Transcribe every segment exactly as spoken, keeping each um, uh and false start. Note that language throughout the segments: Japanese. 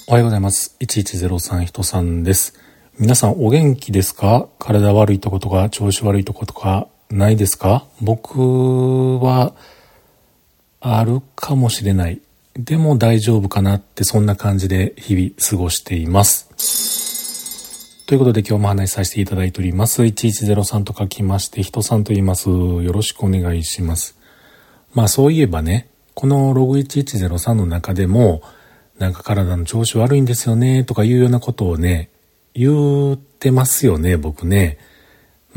おはようございます。いちいちゼロさん人さんです。皆さんお元気ですか？体悪いとことか調子悪いとことかないですか？僕はあるかもしれない。でも大丈夫かなって、そんな感じで日々過ごしています。ということで今日も話しさせていただいております。いちいちゼロさんと書きまして人さんと言います。よろしくお願いします。まあそういえばね、このログいちいちゼロさんの中でもなんか体の調子悪いんですよねとかいうようなことをね、言ってますよね、僕ね。うん。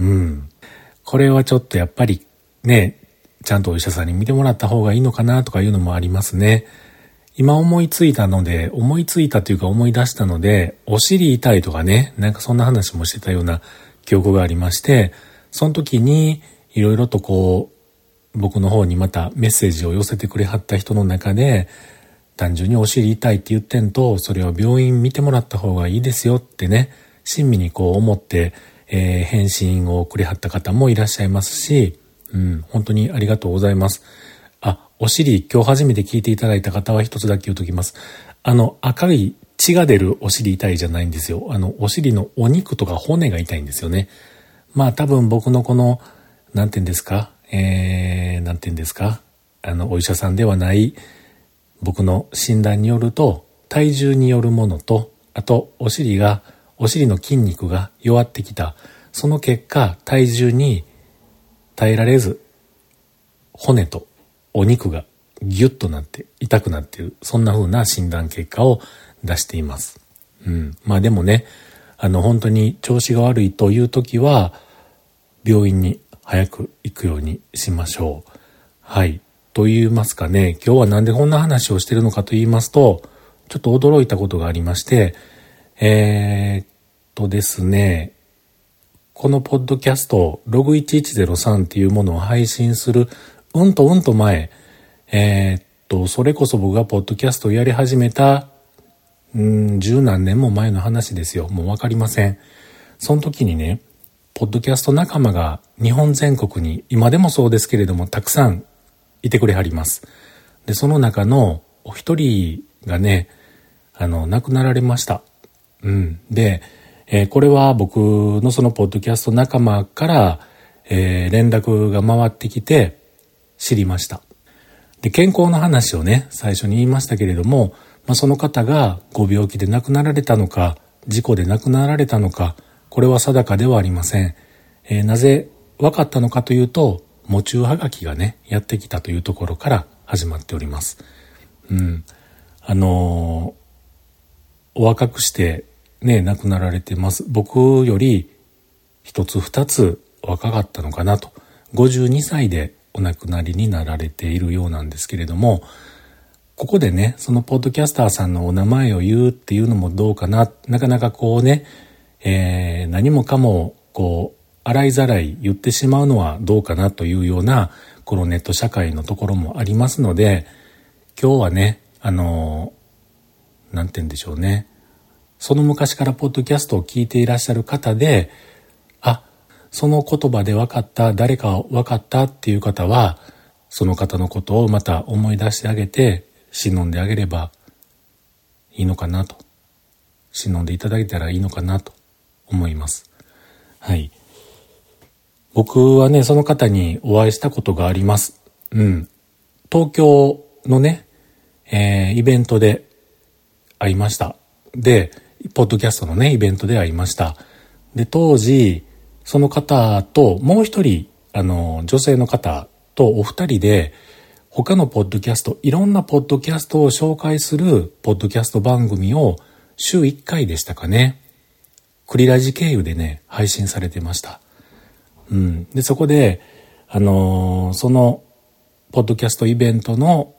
これはちょっとやっぱりね、ちゃんとお医者さんに見てもらった方がいいのかなとかいうのもありますね。今思いついたので、思いついたというか思い出したので、お尻痛いとかね、なんかそんな話もしてたような記憶がありまして、その時にいろいろとこう、僕の方にまたメッセージを寄せてくれはった人の中で、単純にお尻痛いって言ってんと、それは病院見てもらった方がいいですよってね、親身にこう思って、えー、返信をくれはった方もいらっしゃいますし、うん、本当にありがとうございます。あ、お尻、今日初めて聞いていただいた方は一つだけ言うときます。あの、赤い血が出るお尻痛いじゃないんですよ。あの、お尻のお肉とか骨が痛いんですよね。まあ多分僕のこの、なんて言うんですか、えー、なんて言うんですか、あの、お医者さんではない、僕の診断によると、体重によるものと、あとお尻が、お尻の筋肉が弱ってきた。その結果、体重に耐えられず、骨とお肉がギュッとなって痛くなっている。そんな風な診断結果を出しています。うん。まあでもね、あの本当に調子が悪いという時は、病院に早く行くようにしましょう。はい。と言いますかね、今日はなんでこんな話をしているのかと言いますと、ちょっと驚いたことがありまして、えー、っとですね、このポッドキャスト、ログいちいちゼロさんっていうものを配信する、うんとうんと前、えー、っと、それこそ僕がポッドキャストをやり始めた、うん、十何年も前の話ですよ。もうわかりません。その時にね、ポッドキャスト仲間が日本全国に、今でもそうですけれども、たくさんいてくれはります。で、その中のお一人がね、あの、亡くなられました。うん。で、えー、これは僕のそのポッドキャスト仲間から、えー、連絡が回ってきて知りました。で、健康の話をね、最初に言いましたけれども、まあ、その方がご病気で亡くなられたのか、事故で亡くなられたのか、これは定かではありません。えー、なぜ分かったのかというと、喪中はがきがね、やってきたというところから始まっております。うん。あのー、お若くしてね、亡くなられてます。僕より一つ二つ若かったのかなと。ごじゅうにさいでお亡くなりになられているようなんですけれども、ここでね、そのポッドキャスターさんのお名前を言うっていうのもどうかな。なかなかこうね、えー、何もかもこう、洗いざらい言ってしまうのはどうかなというようなこのネット社会のところもありますので、今日はね、あのー、なんて言うんでしょうね。その昔からポッドキャストを聞いていらっしゃる方で、あ、その言葉で分かった、誰か分かったっていう方は、その方のことをまた思い出してあげて、忍んであげればいいのかなと。忍んでいただいたらいいのかなと思います。はい。僕はね、その方にお会いしたことがあります。うん。東京のね、えー、イベントで会いました。で、ポッドキャストのね、イベントで会いました。で、当時、その方ともう一人、あの、女性の方とお二人で、他のポッドキャスト、いろんなポッドキャストを紹介するポッドキャスト番組を週いっかいでしたかね。クリラジ経由でね、配信されてました。うん。で、そこで、あのー、その、ポッドキャストイベントの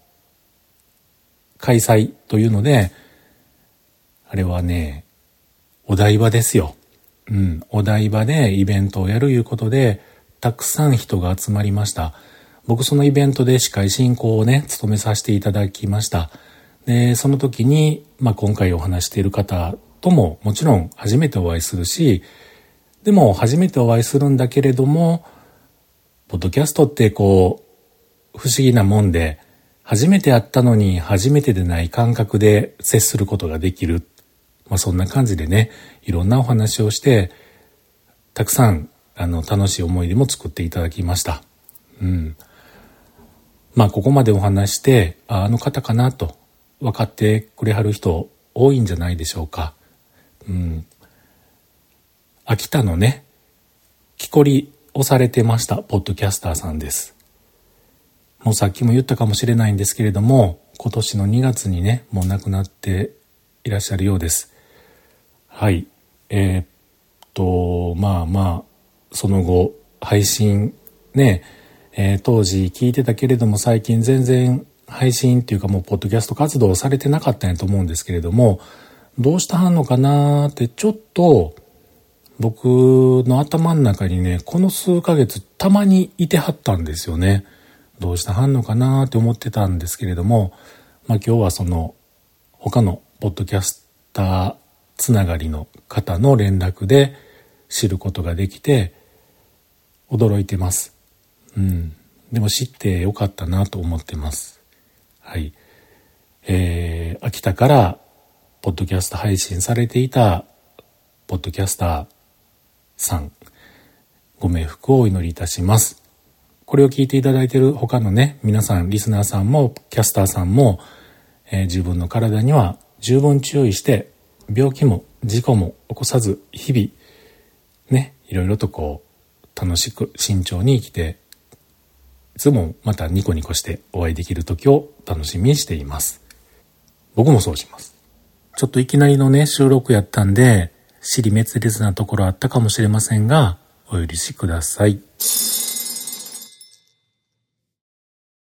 開催というので、あれはね、お台場ですよ。うん。お台場でイベントをやるいうことで、たくさん人が集まりました。僕そのイベントで司会進行をね、務めさせていただきました。で、その時に、まあ、今回お話している方とももちろん初めてお会いするし、でも初めてお会いするんだけれども、ポッドキャストってこう、不思議なもんで、 初めて会ったのに初めてでない感覚で接することができる。まあそんな感じでね、いろんなお話をして、たくさんあの楽しい思い出も作っていただきました。うん。まあここまでお話して、あ、あの方かなと分かってくれはる人多いんじゃないでしょうか。うん。秋田のね、木こりをされてましたポッドキャスターさんです。もうさっきも言ったかもしれないんですけれども、今年のにがつにね、もう亡くなっていらっしゃるようです。はい。えー、っと、まあまあ、その後、配信ね、えー、当時聞いてたけれども、最近全然配信っていうかもうポッドキャスト活動されてなかったんやと思うんですけれども、どうしたはんのかなーってちょっと僕の頭の中にね、この数ヶ月たまにいてはったんですよね。どうしたはんのかなって思ってたんですけれども、まあ今日はその他のポッドキャスターつながりの方の連絡で知ることができて驚いてます。うん。でも知ってよかったなと思ってます。はい。えー、秋田からポッドキャスト配信されていたポッドキャスターさん、ご冥福をお祈りいたします。これを聞いていただいている他のね、皆さん、リスナーさんもキャスターさんも、えー、自分の体には十分注意して、病気も事故も起こさず、日々ね、いろいろとこう楽しく慎重に生きて、いつもまたニコニコしてお会いできる時を楽しみにしています。僕もそうします。ちょっといきなりのね、収録やったんで、尻滅裂なところあったかもしれませんが、お許しください。